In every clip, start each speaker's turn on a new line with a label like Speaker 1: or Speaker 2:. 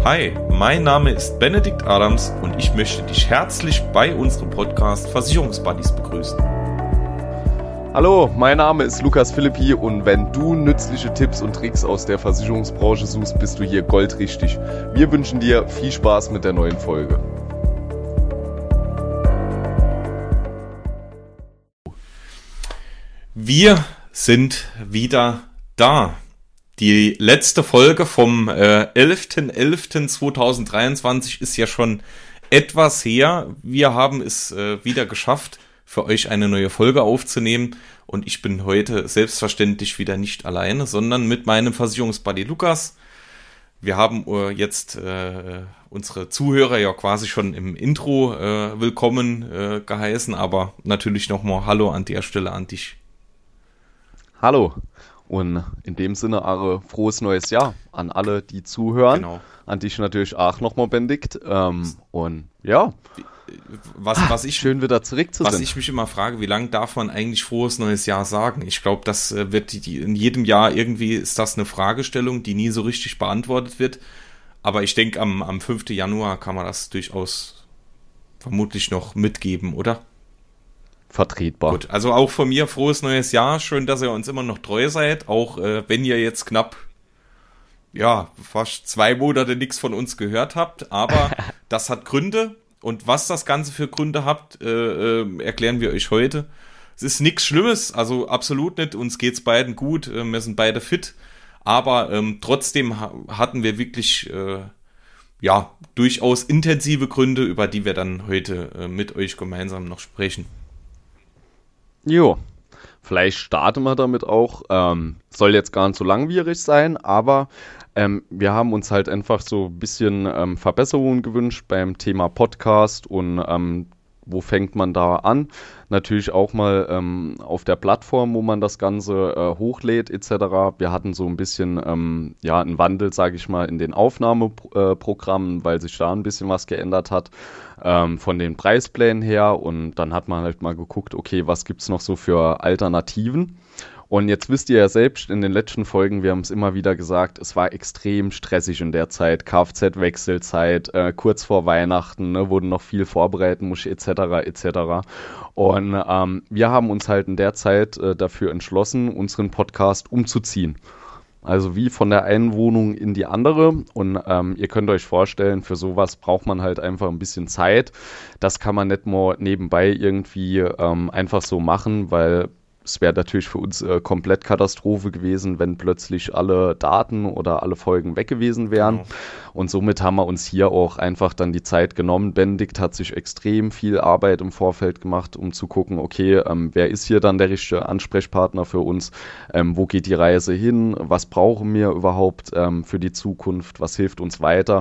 Speaker 1: Hi, mein Name ist Benedikt Adams und ich möchte dich herzlich bei unserem Podcast Versicherungsbuddies begrüßen.
Speaker 2: Hallo, mein Name ist Lukas Philippi und wenn du nützliche Tipps und Tricks aus der Versicherungsbranche suchst, bist du hier goldrichtig. Wir wünschen dir viel Spaß mit der neuen Folge.
Speaker 1: Wir sind wieder da. Die letzte Folge vom 11.11.2023 ist ja schon etwas her. Wir haben es wieder geschafft, für euch eine neue Folge aufzunehmen. Und ich bin heute selbstverständlich wieder nicht alleine, sondern mit meinem Versicherungsbuddy Lukas. Wir haben jetzt unsere Zuhörer ja quasi schon im Intro willkommen geheißen. Aber natürlich nochmal Hallo an der Stelle an dich.
Speaker 2: Hallo. Und in dem Sinne, Are, frohes neues Jahr an alle, die zuhören.
Speaker 1: Genau.
Speaker 2: An dich natürlich auch nochmal, Benedikt. Und ja, schön wieder zurück zu sein.
Speaker 1: Was ich mich immer frage, wie lange darf man eigentlich frohes neues Jahr sagen? Ich glaube, das wird in jedem Jahr irgendwie ist das eine Fragestellung, die nie so richtig beantwortet wird. Aber ich denke, am 5. Januar kann man das durchaus vermutlich noch mitgeben, oder?
Speaker 2: Vertretbar.
Speaker 1: Gut, also auch von mir frohes neues Jahr. Schön, dass ihr uns immer noch treu seid, auch wenn ihr jetzt knapp, fast 2 Monate nichts von uns gehört habt. Aber das hat Gründe und was das Ganze für Gründe hat, erklären wir euch heute. Es ist nichts Schlimmes, also absolut nicht. Uns geht's beiden gut, wir sind beide fit. Aber trotzdem hatten wir wirklich durchaus intensive Gründe, über die wir dann heute mit euch gemeinsam noch sprechen.
Speaker 2: Jo, vielleicht starten wir damit auch. Soll jetzt gar nicht so langwierig sein, aber wir haben uns halt einfach so ein bisschen Verbesserungen gewünscht beim Thema Podcast und wo fängt man da an? Natürlich auch mal auf der Plattform, wo man das Ganze hochlädt etc. Wir hatten so ein bisschen einen Wandel, sage ich mal, in den Aufnahmeprogrammen, weil sich da ein bisschen was geändert hat von den Preisplänen her. Und dann hat man halt mal geguckt, okay, was gibt es noch so für Alternativen? Und jetzt wisst ihr ja selbst, in den letzten Folgen, wir haben es immer wieder gesagt, es war extrem stressig in der Zeit, Kfz-Wechselzeit, kurz vor Weihnachten, wurden noch viel vorbereiten muss, etc. etc. Und wir haben uns halt in der Zeit dafür entschlossen, unseren Podcast umzuziehen. Also wie von der einen Wohnung in die andere und ihr könnt euch vorstellen, für sowas braucht man halt einfach ein bisschen Zeit. Das kann man nicht nur nebenbei irgendwie einfach so machen, weil es wäre natürlich für uns komplett Katastrophe gewesen, wenn plötzlich alle Daten oder alle Folgen weg gewesen wären. Genau. Und somit haben wir uns hier auch einfach dann die Zeit genommen. Benedikt hat sich extrem viel Arbeit im Vorfeld gemacht, um zu gucken, okay, wer ist hier dann der richtige Ansprechpartner für uns? Wo geht die Reise hin? Was brauchen wir überhaupt für die Zukunft? Was hilft uns weiter?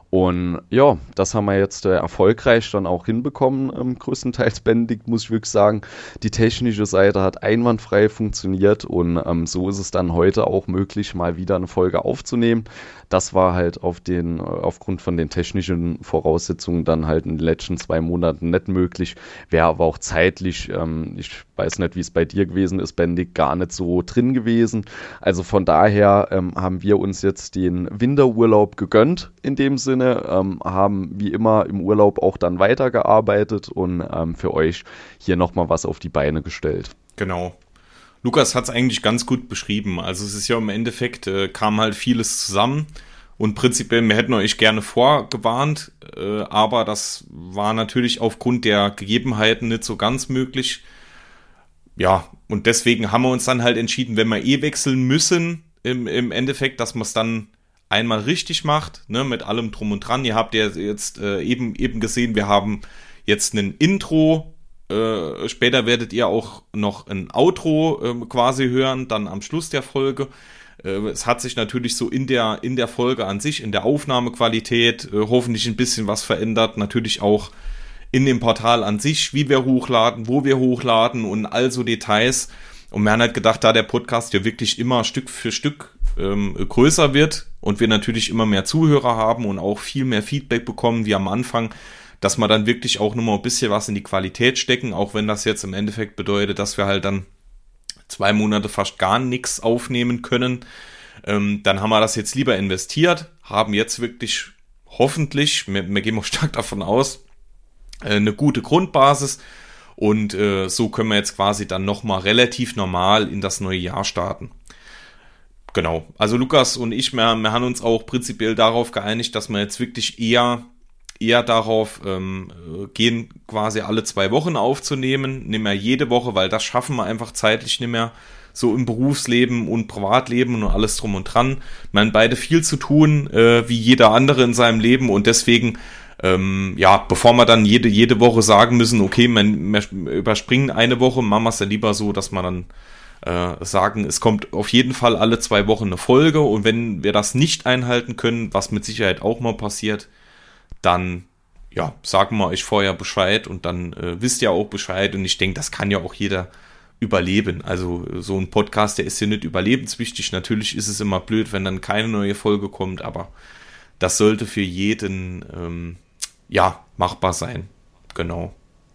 Speaker 2: Und ja, das haben wir jetzt erfolgreich dann auch hinbekommen, größtenteils, Benedikt, muss ich wirklich sagen. Die technische Seite hat einwandfrei funktioniert und so ist es dann heute auch möglich, mal wieder eine Folge aufzunehmen. Das war halt aufgrund von den technischen Voraussetzungen dann halt in den letzten 2 Monaten nicht möglich, wäre aber auch zeitlich, ich weiß nicht, wie es bei dir gewesen ist, Benedikt, gar nicht so drin gewesen. Also von daher haben wir uns jetzt den Winterurlaub gegönnt in dem Sinne, haben wie immer im Urlaub auch dann weitergearbeitet und für euch hier nochmal was auf die Beine gestellt.
Speaker 1: Genau. Lukas hat es eigentlich ganz gut beschrieben. Also es ist ja im Endeffekt, kam halt vieles zusammen und prinzipiell, wir hätten euch gerne vorgewarnt, aber das war natürlich aufgrund der Gegebenheiten nicht so ganz möglich. Ja, und deswegen haben wir uns dann halt entschieden, wenn wir wechseln müssen, im Endeffekt, dass man es dann einmal richtig macht, ne, mit allem drum und dran. Ihr habt ja jetzt eben gesehen, wir haben jetzt ein Intro, später werdet ihr auch noch ein Outro quasi hören, dann am Schluss der Folge. Es hat sich natürlich so in der Folge an sich, in der Aufnahmequalität hoffentlich ein bisschen was verändert. Natürlich auch in dem Portal an sich, wie wir hochladen, wo wir hochladen und all so Details. Und wir haben halt gedacht, da der Podcast ja wirklich immer Stück für Stück größer wird und wir natürlich immer mehr Zuhörer haben und auch viel mehr Feedback bekommen wie am Anfang, dass wir dann wirklich auch nochmal ein bisschen was in die Qualität stecken, auch wenn das jetzt im Endeffekt bedeutet, dass wir halt dann 2 Monate fast gar nichts aufnehmen können. Dann haben wir das jetzt lieber investiert, haben jetzt wirklich hoffentlich, wir gehen auch stark davon aus, eine gute Grundbasis. Und so können wir jetzt quasi dann nochmal relativ normal in das neue Jahr starten. Genau, also Lukas und ich, wir haben uns auch prinzipiell darauf geeinigt, dass wir jetzt wirklich eher darauf gehen, quasi alle 2 Wochen aufzunehmen, nicht mehr jede Woche, weil das schaffen wir einfach zeitlich nicht mehr, so im Berufsleben und Privatleben und alles drum und dran. Wir haben beide viel zu tun, wie jeder andere in seinem Leben, und deswegen, bevor wir dann jede Woche sagen müssen, okay, wir überspringen eine Woche, machen wir es ja lieber so, dass wir dann sagen, es kommt auf jeden Fall alle 2 Wochen eine Folge, und wenn wir das nicht einhalten können, was mit Sicherheit auch mal passiert, dann sagen wir euch vorher Bescheid, und dann wisst ihr auch Bescheid, und ich denke, das kann ja auch jeder überleben. Also so ein Podcast, der ist ja nicht überlebenswichtig. Natürlich ist es immer blöd, wenn dann keine neue Folge kommt, aber das sollte für jeden machbar sein. Genau.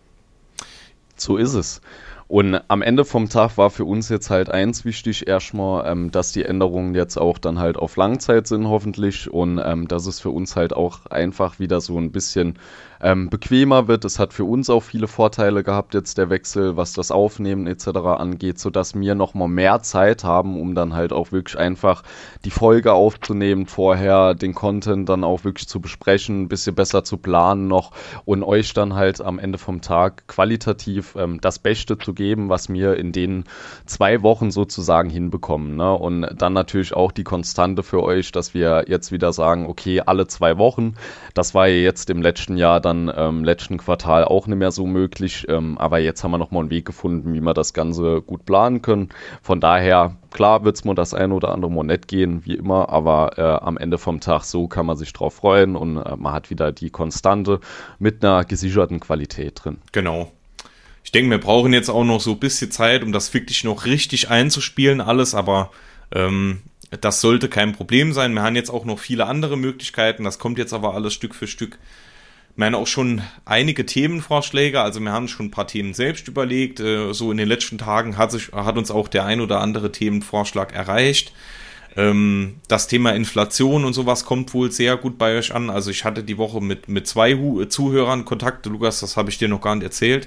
Speaker 2: So ist es. Und am Ende vom Tag war für uns jetzt halt eins wichtig, erstmal, dass die Änderungen jetzt auch dann halt auf Langzeit sind, hoffentlich, und dass es für uns halt auch einfach wieder so ein bisschen bequemer wird. Es hat für uns auch viele Vorteile gehabt, jetzt der Wechsel, was das Aufnehmen etc. angeht, sodass wir nochmal mehr Zeit haben, um dann halt auch wirklich einfach die Folge aufzunehmen, vorher den Content dann auch wirklich zu besprechen, ein bisschen besser zu planen noch und euch dann halt am Ende vom Tag qualitativ das Beste zu geben, was wir in den 2 Wochen sozusagen hinbekommen. Ne? Und dann natürlich auch die Konstante für euch, dass wir jetzt wieder sagen, okay, alle 2 Wochen, das war ja jetzt im letzten Jahr dann letzten Quartal auch nicht mehr so möglich, aber jetzt haben wir nochmal einen Weg gefunden, wie wir das Ganze gut planen können. Von daher, klar wird es mal das eine oder andere Mal nicht gehen, wie immer, aber am Ende vom Tag so kann man sich drauf freuen, und man hat wieder die Konstante mit einer gesicherten Qualität drin.
Speaker 1: Genau. Ich denke, wir brauchen jetzt auch noch so ein bisschen Zeit, um das wirklich noch richtig einzuspielen alles, aber das sollte kein Problem sein. Wir haben jetzt auch noch viele andere Möglichkeiten, das kommt jetzt aber alles Stück für Stück. Wir haben auch schon einige Themenvorschläge, also wir haben schon ein paar Themen selbst überlegt. So in den letzten Tagen hat uns auch der ein oder andere Themenvorschlag erreicht. Das Thema Inflation und sowas kommt wohl sehr gut bei euch an. Also ich hatte die Woche mit 2 Zuhörern Kontakt. Lukas, das habe ich dir noch gar nicht erzählt.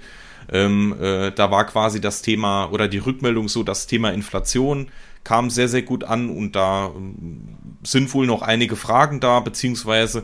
Speaker 1: Da war quasi das Thema oder die Rückmeldung so, das Thema Inflation kam sehr, sehr gut an, und da sind wohl noch einige Fragen da, beziehungsweise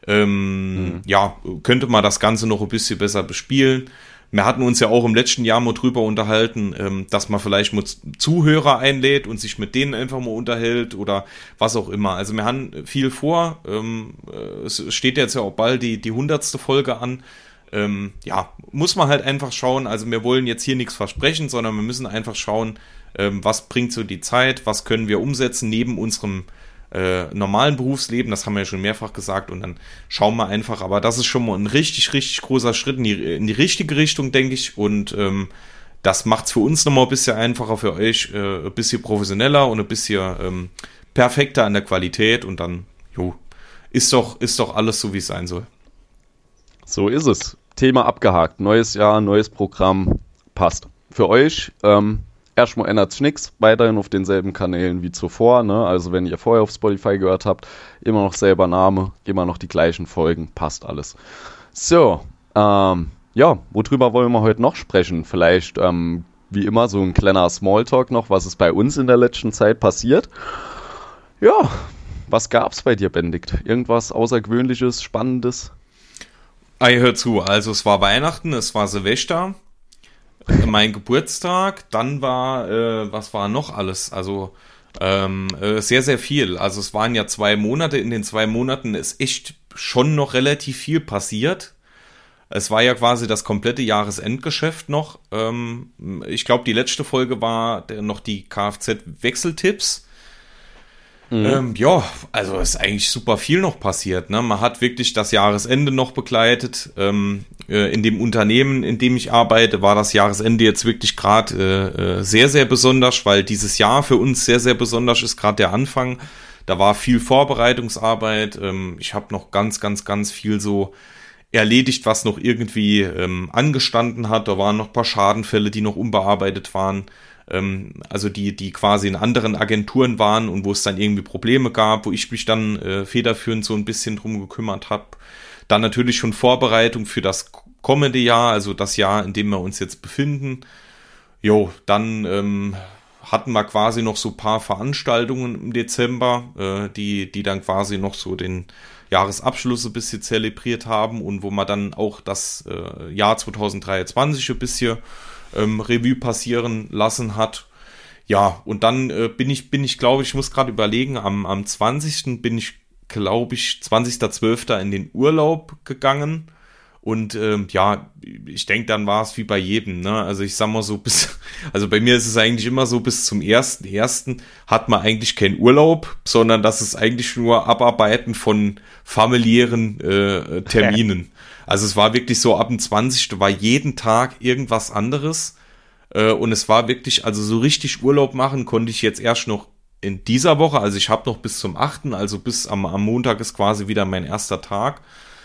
Speaker 1: könnte man das Ganze noch ein bisschen besser bespielen. Wir hatten uns ja auch im letzten Jahr mal drüber unterhalten, dass man vielleicht mal Zuhörer einlädt und sich mit denen einfach mal unterhält oder was auch immer. Also wir haben viel vor. Es steht jetzt ja auch bald die 100. Folge an. Muss man halt einfach schauen. Also wir wollen jetzt hier nichts versprechen, sondern wir müssen einfach schauen, was bringt so die Zeit, was können wir umsetzen neben unserem normalen Berufsleben, das haben wir ja schon mehrfach gesagt, und dann schauen wir einfach, aber das ist schon mal ein richtig, richtig großer Schritt in die richtige Richtung, denke ich, und das macht es für uns nochmal ein bisschen einfacher, für euch ein bisschen professioneller und ein bisschen perfekter an der Qualität, und dann ist doch alles so, wie es sein soll.
Speaker 2: So ist es. Thema abgehakt. Neues Jahr, neues Programm. Passt. Für euch erstmal ändert sich nichts. Weiterhin auf denselben Kanälen wie zuvor. Ne? Also wenn ihr vorher auf Spotify gehört habt, immer noch selber Name, immer noch die gleichen Folgen. Passt alles. So, worüber wollen wir heute noch sprechen? Vielleicht, wie immer, so ein kleiner Smalltalk noch, was ist bei uns in der letzten Zeit passiert. Ja, was gab's bei dir, Benedikt? Irgendwas Außergewöhnliches, Spannendes?
Speaker 1: Hör zu, also es war Weihnachten, es war Silvester, mein Geburtstag, dann war, was war noch alles? Also sehr, sehr viel. Also es waren ja 2 Monate, in den 2 Monaten ist echt schon noch relativ viel passiert. Es war ja quasi das komplette Jahresendgeschäft noch. Ich glaube, die letzte Folge war noch die Kfz-Wechseltipps. Also ist eigentlich super viel noch passiert. Ne? Man hat wirklich das Jahresende noch begleitet. In dem Unternehmen, in dem ich arbeite, war das Jahresende jetzt wirklich gerade sehr, sehr besonders, weil dieses Jahr für uns sehr, sehr besonders ist, gerade der Anfang. Da war viel Vorbereitungsarbeit. Ich habe noch ganz, ganz, ganz viel so erledigt, was noch irgendwie angestanden hat. Da waren noch ein paar Schadenfälle, die noch unbearbeitet waren. also die quasi in anderen Agenturen waren und wo es dann irgendwie Probleme gab, wo ich mich dann federführend so ein bisschen drum gekümmert habe. Dann natürlich schon Vorbereitung für das kommende Jahr, also das Jahr, in dem wir uns jetzt befinden. Jo, dann hatten wir quasi noch so ein paar Veranstaltungen im Dezember, die dann quasi noch so den Jahresabschluss ein bisschen zelebriert haben und wo man dann auch das Jahr 2023 ein bisschen Revue passieren lassen hat. Ja, und dann bin ich glaube ich, muss gerade überlegen, am 20. bin ich, glaube ich, 20.12. in den Urlaub gegangen. Und ja, ich denke, dann war es wie bei jedem, ne? Also ich sag mal so, also bei mir ist es eigentlich immer so, bis zum 1.1. hat man eigentlich keinen Urlaub, sondern das ist eigentlich nur Abarbeiten von familiären Terminen. Also es war wirklich so, ab dem 20. war jeden Tag irgendwas anderes. Und es war wirklich, also so richtig Urlaub machen konnte ich jetzt erst noch in dieser Woche. Also ich habe noch bis zum 8., also bis am Montag ist quasi wieder mein erster Tag.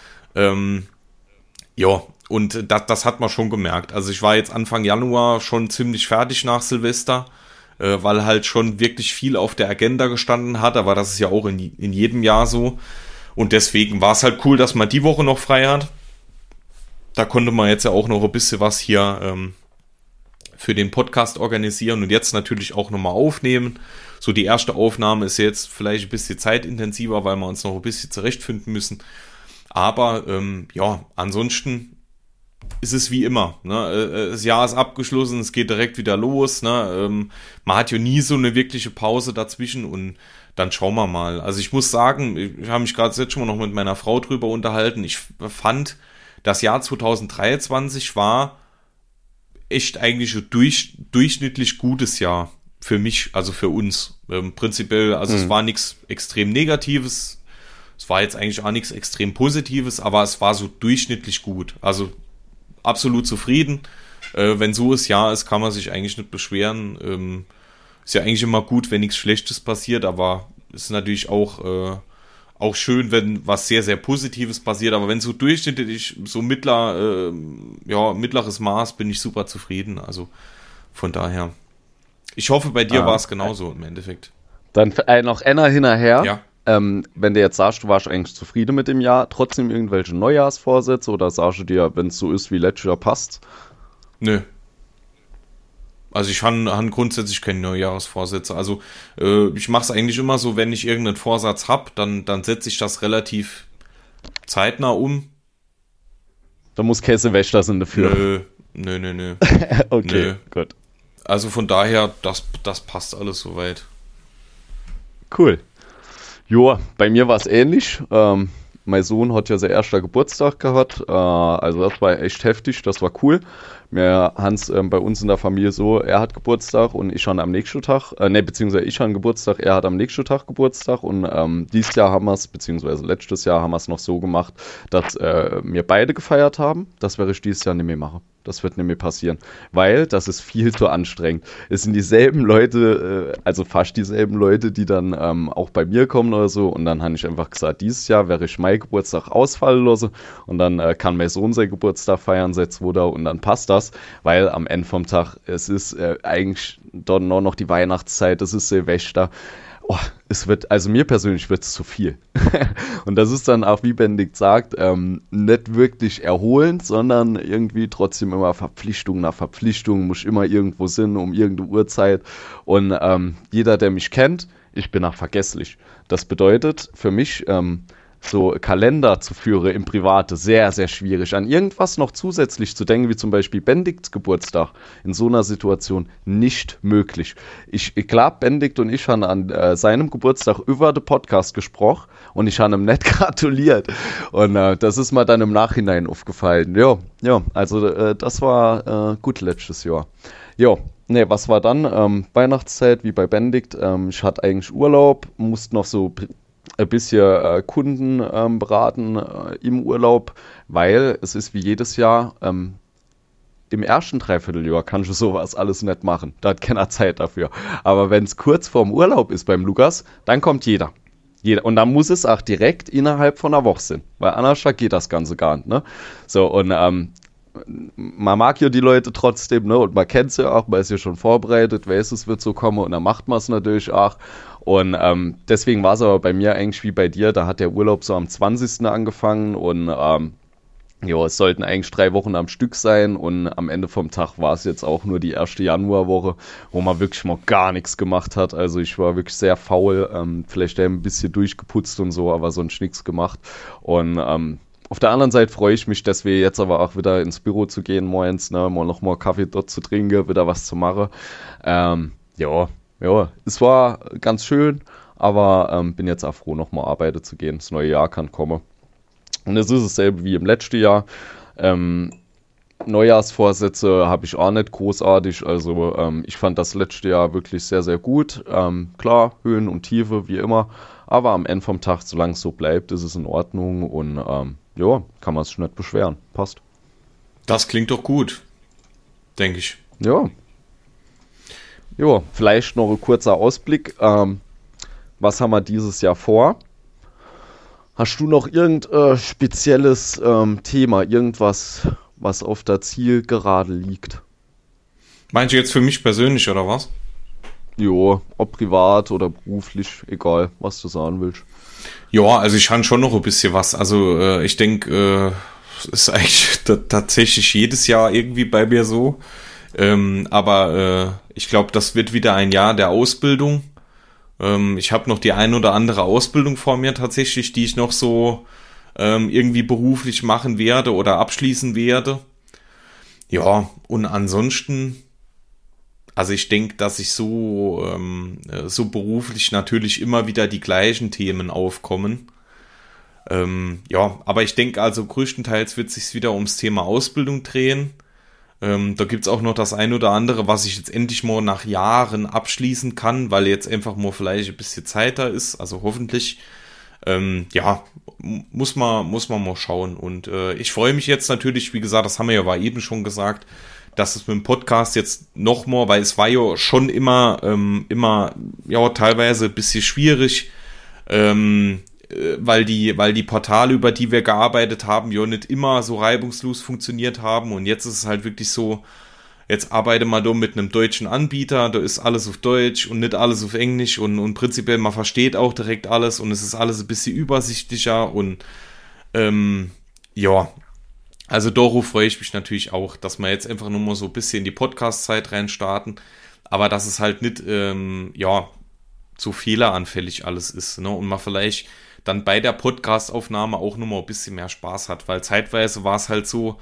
Speaker 1: Ja, und das hat man schon gemerkt. Also ich war jetzt Anfang Januar schon ziemlich fertig nach Silvester, weil halt schon wirklich viel auf der Agenda gestanden hat, aber das ist ja auch in jedem Jahr so. Und deswegen war es halt cool, dass man die Woche noch frei hat. Da konnte man jetzt ja auch noch ein bisschen was hier für den Podcast organisieren und jetzt natürlich auch nochmal aufnehmen. So, die erste Aufnahme ist jetzt vielleicht ein bisschen zeitintensiver, weil wir uns noch ein bisschen zurechtfinden müssen. Aber ja, ansonsten ist es wie immer. Ne? Das Jahr ist abgeschlossen, es geht direkt wieder los. Ne? Man hat ja nie so eine wirkliche Pause dazwischen und dann schauen wir mal. Also ich muss sagen, ich habe mich gerade jetzt schon mal noch mit meiner Frau drüber unterhalten. Ich fand, das Jahr 2023 war echt eigentlich ein durchschnittlich gutes Jahr für mich, also für uns. Prinzipiell, also es war nichts extrem Negatives. Es war jetzt eigentlich auch nichts extrem Positives, aber es war so durchschnittlich gut. Also absolut zufrieden. Wenn so das Jahr ist, kann man sich eigentlich nicht beschweren. Ist ja eigentlich immer gut, wenn nichts Schlechtes passiert, aber es ist natürlich auch schön, wenn was sehr, sehr Positives passiert. Aber wenn so durchschnittlich, so mittleres Maß, bin ich super zufrieden. Also von daher. Ich hoffe, bei dir war es genauso im Endeffekt.
Speaker 2: Dann noch einer hinterher.
Speaker 1: Ja.
Speaker 2: Wenn du jetzt sagst, du warst eigentlich zufrieden mit dem Jahr, trotzdem irgendwelche Neujahrsvorsätze oder sagst du dir, wenn es so ist wie letztes Jahr passt?
Speaker 1: Nö. Also ich habe grundsätzlich keine Neujahrsvorsätze. Also ich mache es eigentlich immer so, wenn ich irgendeinen Vorsatz habe, dann setze ich das relativ zeitnah um.
Speaker 2: Da muss Käse Wäscher sind dafür.
Speaker 1: Nö.
Speaker 2: Okay, gut.
Speaker 1: Also von daher, das passt alles soweit.
Speaker 2: Cool. Joa, bei mir war es ähnlich. Mein Sohn hat ja sein erster Geburtstag gehabt. Also das war echt heftig, das war cool. Wir haben bei uns in der Familie so, er hat Geburtstag und ich habe am nächsten Tag, beziehungsweise ich habe Geburtstag, er hat am nächsten Tag Geburtstag und dieses Jahr haben wir es, beziehungsweise letztes Jahr haben wir es noch so gemacht, dass wir beide gefeiert haben. Das werde ich dieses Jahr nicht mehr machen. Das wird nicht mehr passieren, weil das ist viel zu anstrengend. Es sind dieselben Leute, also fast dieselben Leute, die dann auch bei mir kommen oder so. Und dann habe ich einfach gesagt, dieses Jahr werde ich meinen Geburtstag ausfallen lassen und dann kann mein Sohn seinen Geburtstag feiern, seit 2 und dann passt das, weil am Ende vom Tag, es ist eigentlich dort noch die Weihnachtszeit, es ist Silvester. Oh, es wird, also mir persönlich wird es zu viel. Und das ist dann auch, wie Benedikt sagt, nicht wirklich erholend, sondern irgendwie trotzdem immer Verpflichtung nach Verpflichtung, muss immer irgendwo sein, um irgendeine Uhrzeit. Und jeder, der mich kennt, ich bin auch vergesslich. Das bedeutet für mich, so Kalender zu führen im Private, sehr, sehr schwierig. An irgendwas noch zusätzlich zu denken, wie zum Beispiel Benedikts Geburtstag, in so einer Situation nicht möglich. Ich glaube, Benedikt und ich haben an seinem Geburtstag über den Podcast gesprochen und ich habe ihm nicht gratuliert. Und das ist mir dann im Nachhinein aufgefallen. Ja, also das war gut letztes Jahr. Ja. Ne, was war dann? Weihnachtszeit, wie bei Benedikt. Ich hatte eigentlich Urlaub, musste noch so ein bisschen Kunden beraten im Urlaub, weil es ist wie jedes Jahr, im ersten Dreivierteljahr kannst du sowas alles nicht machen. Da hat keiner Zeit dafür. Aber wenn es kurz vorm Urlaub ist beim Lukas, dann kommt jeder. Und dann muss es auch direkt innerhalb von einer Woche sein, weil anders geht das Ganze gar nicht. Ne? So, und man mag ja die Leute trotzdem, ne? Und man kennt sie ja auch, man ist ja schon vorbereitet, weiß, es wird so kommen und dann macht man es natürlich auch. Und deswegen war es aber bei mir eigentlich wie bei dir, da hat der Urlaub so am 20. angefangen und es sollten eigentlich 3 Wochen am Stück sein und am Ende vom Tag war es jetzt auch nur die erste Januarwoche, wo man wirklich mal gar nichts gemacht hat. Also ich war wirklich sehr faul, vielleicht ein bisschen durchgeputzt und so, aber sonst nichts gemacht. Und auf der anderen Seite freue ich mich, dass wir jetzt aber auch wieder ins Büro zu gehen morgens, ne, mal noch mal Kaffee dort zu trinken, wieder was zu machen. Es war ganz schön, aber bin jetzt auch froh, nochmal arbeiten zu gehen. Das neue Jahr kann kommen. Und es ist dasselbe wie im letzten Jahr. Neujahrsvorsätze habe ich auch nicht großartig. Also ich fand das letzte Jahr wirklich sehr, sehr gut. Klar, Höhen und Tiefe wie immer. Aber am Ende vom Tag, solange es so bleibt, ist es in Ordnung. Und kann man sich nicht beschweren. Passt.
Speaker 1: Das klingt doch gut, denke ich.
Speaker 2: Ja, vielleicht noch ein kurzer Ausblick. Was haben wir dieses Jahr vor? Hast du noch irgendein spezielles Thema, irgendwas, was auf der Zielgerade liegt?
Speaker 1: Meinst du jetzt für mich persönlich, oder was?
Speaker 2: Jo, ob privat oder beruflich, egal, was du sagen willst.
Speaker 1: Ja, also ich habe schon noch ein bisschen was. Also ich denke, es ist eigentlich tatsächlich jedes Jahr irgendwie bei mir so. Aber ich glaube, das wird wieder ein Jahr der Ausbildung. Ich habe noch die ein oder andere Ausbildung vor mir tatsächlich, die ich noch so irgendwie beruflich machen werde oder abschließen werde. Ja, und ansonsten, also ich denke, dass ich so beruflich natürlich immer wieder die gleichen Themen aufkommen. Aber ich denke also größtenteils wird es sich wieder ums Thema Ausbildung drehen. Da gibt's auch noch das ein oder andere, was ich jetzt endlich mal nach Jahren abschließen kann, weil jetzt einfach mal vielleicht ein bisschen Zeit da ist, also hoffentlich. Muss man mal schauen. Und ich freue mich jetzt natürlich, wie gesagt, das haben wir ja eben schon gesagt, dass es mit dem Podcast jetzt nochmal, weil es war ja schon immer teilweise ein bisschen schwierig, weil die Portale, über die wir gearbeitet haben, ja nicht immer so reibungslos funktioniert haben und jetzt ist es halt wirklich so, jetzt arbeite mal da mit einem deutschen Anbieter, da ist alles auf Deutsch und nicht alles auf Englisch und prinzipiell man versteht auch direkt alles und es ist alles ein bisschen übersichtlicher und also darauf freue ich mich natürlich auch, dass wir jetzt einfach nur mal so ein bisschen in die Podcast-Zeit rein starten, aber dass es halt nicht so fehleranfällig alles ist, ne? Und man vielleicht dann bei der Podcast-Aufnahme auch nochmal ein bisschen mehr Spaß hat, weil zeitweise war es halt so,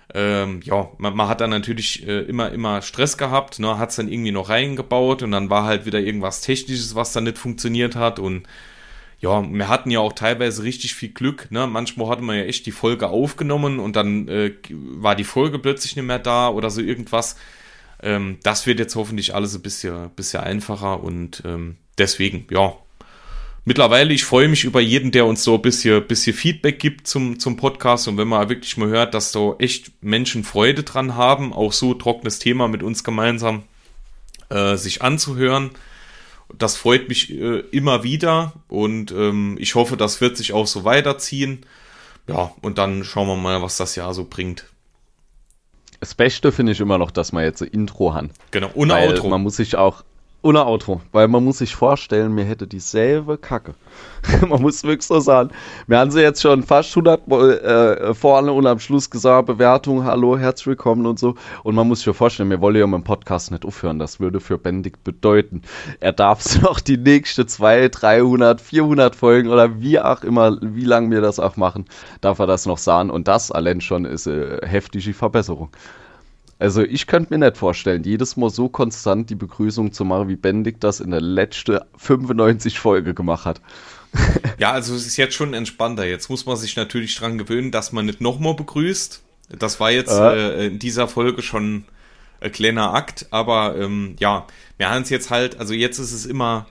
Speaker 1: man hat dann natürlich immer Stress gehabt, ne, hat es dann irgendwie noch reingebaut und dann war halt wieder irgendwas Technisches, was dann nicht funktioniert hat und ja, wir hatten ja auch teilweise richtig viel Glück, ne, manchmal hatte man ja echt die Folge aufgenommen und dann war die Folge plötzlich nicht mehr da oder so irgendwas. Das wird jetzt hoffentlich alles ein bisschen einfacher und deswegen, mittlerweile, ich freue mich über jeden, der uns so ein bisschen Feedback gibt zum Podcast und wenn man wirklich mal hört, dass so echt Menschen Freude dran haben, auch so trockenes Thema mit uns gemeinsam sich anzuhören, das freut mich immer wieder und ich hoffe, das wird sich auch so weiterziehen. Ja, und dann schauen wir mal, was das Jahr so bringt.
Speaker 2: Das Beste finde ich immer noch, dass wir jetzt ein Intro haben.
Speaker 1: Genau, ohne Outro.
Speaker 2: Man muss sich auch ohne Outro, weil man muss sich vorstellen, mir hätte dieselbe Kacke. Man muss wirklich so sagen. Wir haben sie jetzt schon fast 100 Mal vorne und am Schluss gesagt, Bewertung, hallo, herzlich willkommen und so. Und man muss sich ja vorstellen, wir wollen ja mit dem Podcast nicht aufhören. Das würde für Benedikt bedeuten, er darf noch die nächste 200, 300, 400 Folgen oder wie auch immer, wie lange wir das auch machen, darf er das noch sagen. Und das allein schon ist heftige Verbesserung. Also ich könnte mir nicht vorstellen, jedes Mal so konstant die Begrüßung zu machen, wie Benedikt das in der letzten 95 Folge gemacht hat.
Speaker 1: Ja, also es ist jetzt schon entspannter. Jetzt muss man sich natürlich dran gewöhnen, dass man nicht nochmal begrüßt. Das war jetzt in dieser Folge schon ein kleiner Akt, aber wir haben es jetzt halt, also jetzt ist es immer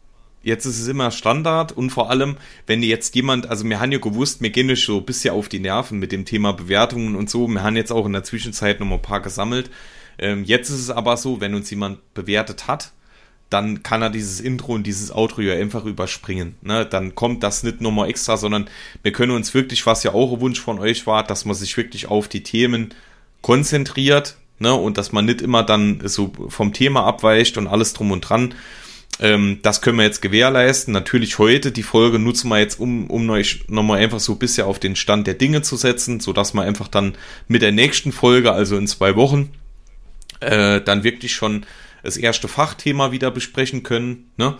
Speaker 1: Standard und vor allem, wenn jetzt jemand, also wir haben ja gewusst, wir gehen euch so ein bisschen auf die Nerven mit dem Thema Bewertungen und so, wir haben jetzt auch in der Zwischenzeit noch mal ein paar gesammelt. Jetzt ist es aber so, wenn uns jemand bewertet hat, dann kann er dieses Intro und dieses Outro ja einfach überspringen. Ne? Dann kommt das nicht nochmal extra, sondern wir können uns wirklich, was ja auch ein Wunsch von euch war, dass man sich wirklich auf die Themen konzentriert, ne, und dass man nicht immer dann so vom Thema abweicht und alles drum und dran. Das können wir jetzt gewährleisten. Natürlich heute, die Folge nutzen wir jetzt, um euch nochmal einfach so ein bisschen auf den Stand der Dinge zu setzen, sodass wir einfach dann mit der nächsten Folge, also in 2 Wochen, dann wirklich schon das erste Fachthema wieder besprechen können, ne?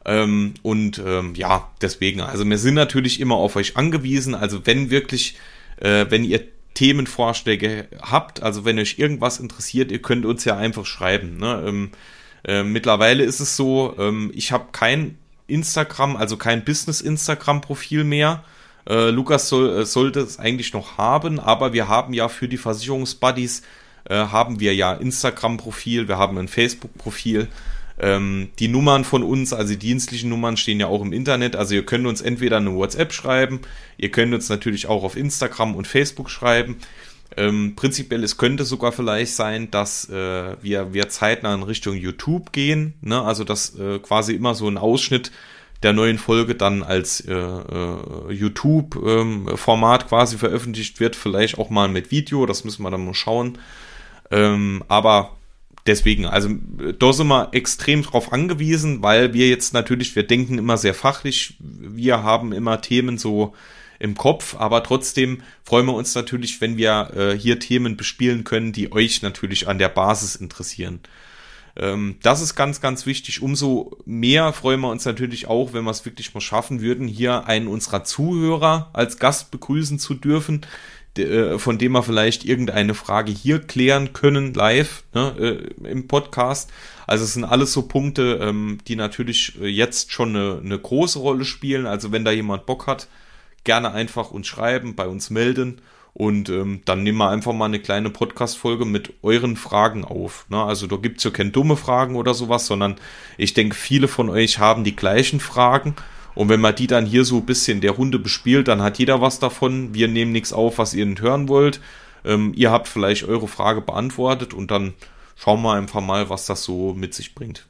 Speaker 1: Ja, deswegen, also wir sind natürlich immer auf euch angewiesen, also wenn wirklich, wenn ihr Themenvorschläge habt, also wenn euch irgendwas interessiert, ihr könnt uns ja einfach schreiben, ne? Mittlerweile ist es so, ich habe kein Instagram, also kein Business-Instagram-Profil mehr. Lukas sollte es eigentlich noch haben, aber wir haben ja für die Versicherungsbuddies haben wir ja Instagram-Profil, wir haben ein Facebook-Profil. Die Nummern von uns, also die dienstlichen Nummern, stehen ja auch im Internet. Also ihr könnt uns entweder eine WhatsApp schreiben, ihr könnt uns natürlich auch auf Instagram und Facebook schreiben. Prinzipiell, es könnte sogar vielleicht sein, dass wir zeitnah in Richtung YouTube gehen, ne? Also dass quasi immer so ein Ausschnitt der neuen Folge dann als YouTube-Format quasi veröffentlicht wird, vielleicht auch mal mit Video, das müssen wir dann mal schauen. Aber deswegen, also da sind wir extrem drauf angewiesen, weil wir jetzt natürlich, wir denken immer sehr fachlich, wir haben immer Themen so im Kopf, aber trotzdem freuen wir uns natürlich, wenn wir hier Themen bespielen können, die euch natürlich an der Basis interessieren. Das ist ganz, ganz wichtig. Umso mehr freuen wir uns natürlich auch, wenn wir es wirklich mal schaffen würden, hier einen unserer Zuhörer als Gast begrüßen zu dürfen, von dem wir vielleicht irgendeine Frage hier klären können, live, ne, im Podcast. Also es sind alles so Punkte, die natürlich jetzt schon eine große Rolle spielen. Also wenn da jemand Bock hat, gerne einfach uns schreiben, bei uns melden und dann nehmen wir einfach mal eine kleine Podcast-Folge mit euren Fragen auf. Ne? Also da gibt es ja keine dumme Fragen oder sowas, sondern ich denke, viele von euch haben die gleichen Fragen. Und wenn man die dann hier so ein bisschen der Runde bespielt, dann hat jeder was davon. Wir nehmen nichts auf, was ihr nicht hören wollt. Ihr habt vielleicht eure Frage beantwortet und dann schauen wir einfach mal, was das so mit sich bringt.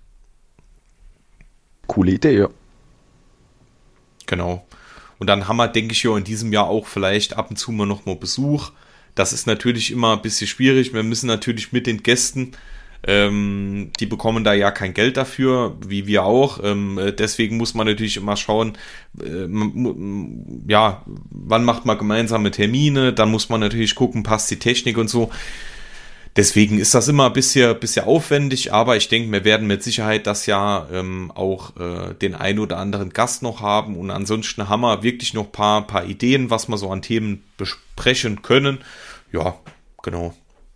Speaker 2: Coole Idee, ja.
Speaker 1: Genau. Und dann haben wir, denke ich, ja in diesem Jahr auch vielleicht ab und zu mal noch mal Besuch. Das ist natürlich immer ein bisschen schwierig. Wir müssen natürlich mit den Gästen, die bekommen da ja kein Geld dafür, wie wir auch. Deswegen muss man natürlich immer schauen, ja, wann macht man gemeinsame Termine. Dann muss man natürlich gucken, passt die Technik und so. Deswegen ist das immer ein bisschen aufwendig, aber ich denke, wir werden mit Sicherheit das Jahr auch den ein oder anderen Gast noch haben. Und ansonsten haben wir wirklich noch ein paar Ideen, was wir so an Themen besprechen können. Ja, genau.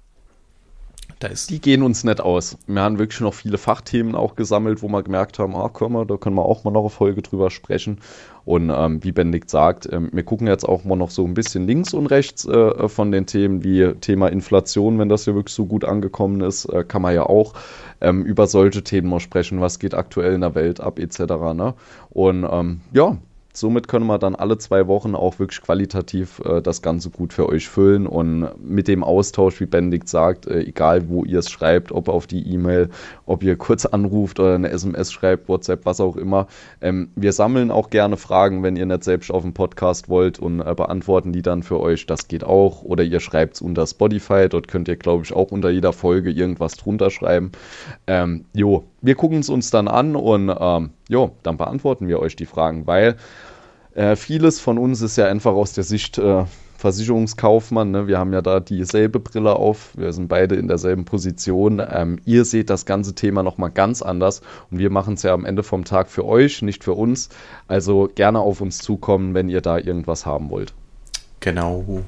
Speaker 2: Die gehen uns nicht aus. Wir haben wirklich noch viele Fachthemen auch gesammelt, wo wir gemerkt haben, da können wir auch mal noch eine Folge drüber sprechen. Und wie Benedikt sagt, wir gucken jetzt auch mal noch so ein bisschen links und rechts von den Themen, wie Thema Inflation, wenn das ja wirklich so gut angekommen ist, kann man ja auch über solche Themen mal sprechen, was geht aktuell in der Welt ab etc. Ne? Und ja, somit können wir dann alle 2 Wochen auch wirklich qualitativ das Ganze gut für euch füllen und mit dem Austausch, wie Benedikt sagt, egal wo ihr es schreibt, ob auf die E-Mail, ob ihr kurz anruft oder eine SMS schreibt, WhatsApp, was auch immer. Wir sammeln auch gerne Fragen, wenn ihr nicht selbst auf dem Podcast wollt und beantworten die dann für euch, das geht auch. Oder ihr schreibt es unter Spotify, dort könnt ihr, glaube ich, auch unter jeder Folge irgendwas drunter schreiben. Wir gucken es uns dann an und dann beantworten wir euch die Fragen, weil vieles von uns ist ja einfach aus der Sicht Versicherungskaufmann. Ne? Wir haben ja da dieselbe Brille auf, wir sind beide in derselben Position. Ihr seht das ganze Thema nochmal ganz anders und wir machen es ja am Ende vom Tag für euch, nicht für uns. Also gerne auf uns zukommen, wenn ihr da irgendwas haben wollt.
Speaker 1: Genau.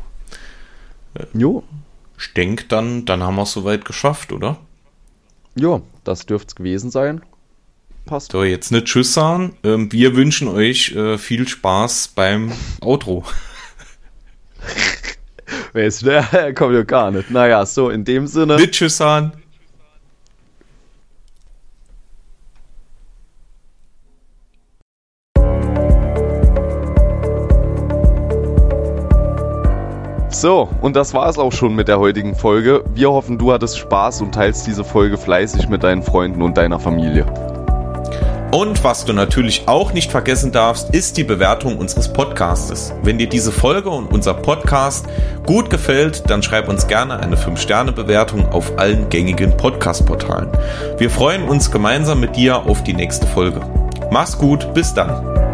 Speaker 1: Ich denke, dann haben wir es soweit geschafft, oder?
Speaker 2: Ja, das dürfte es gewesen sein. Passt.
Speaker 1: So, jetzt nicht Tschüss sagen. Wir wünschen euch viel Spaß beim Outro.
Speaker 2: Weißt du, kommt ja gar nicht. Naja, so in dem Sinne.
Speaker 1: Mit Tschüss sagen.
Speaker 2: So, und das war es auch schon mit der heutigen Folge. Wir hoffen, du hattest Spaß und teilst diese Folge fleißig mit deinen Freunden und deiner Familie.
Speaker 1: Und was du natürlich auch nicht vergessen darfst, ist die Bewertung unseres Podcastes. Wenn dir diese Folge und unser Podcast gut gefällt, dann schreib uns gerne eine 5-Sterne-Bewertung auf allen gängigen Podcast-Portalen. Wir freuen uns gemeinsam mit dir auf die nächste Folge. Mach's gut, bis dann.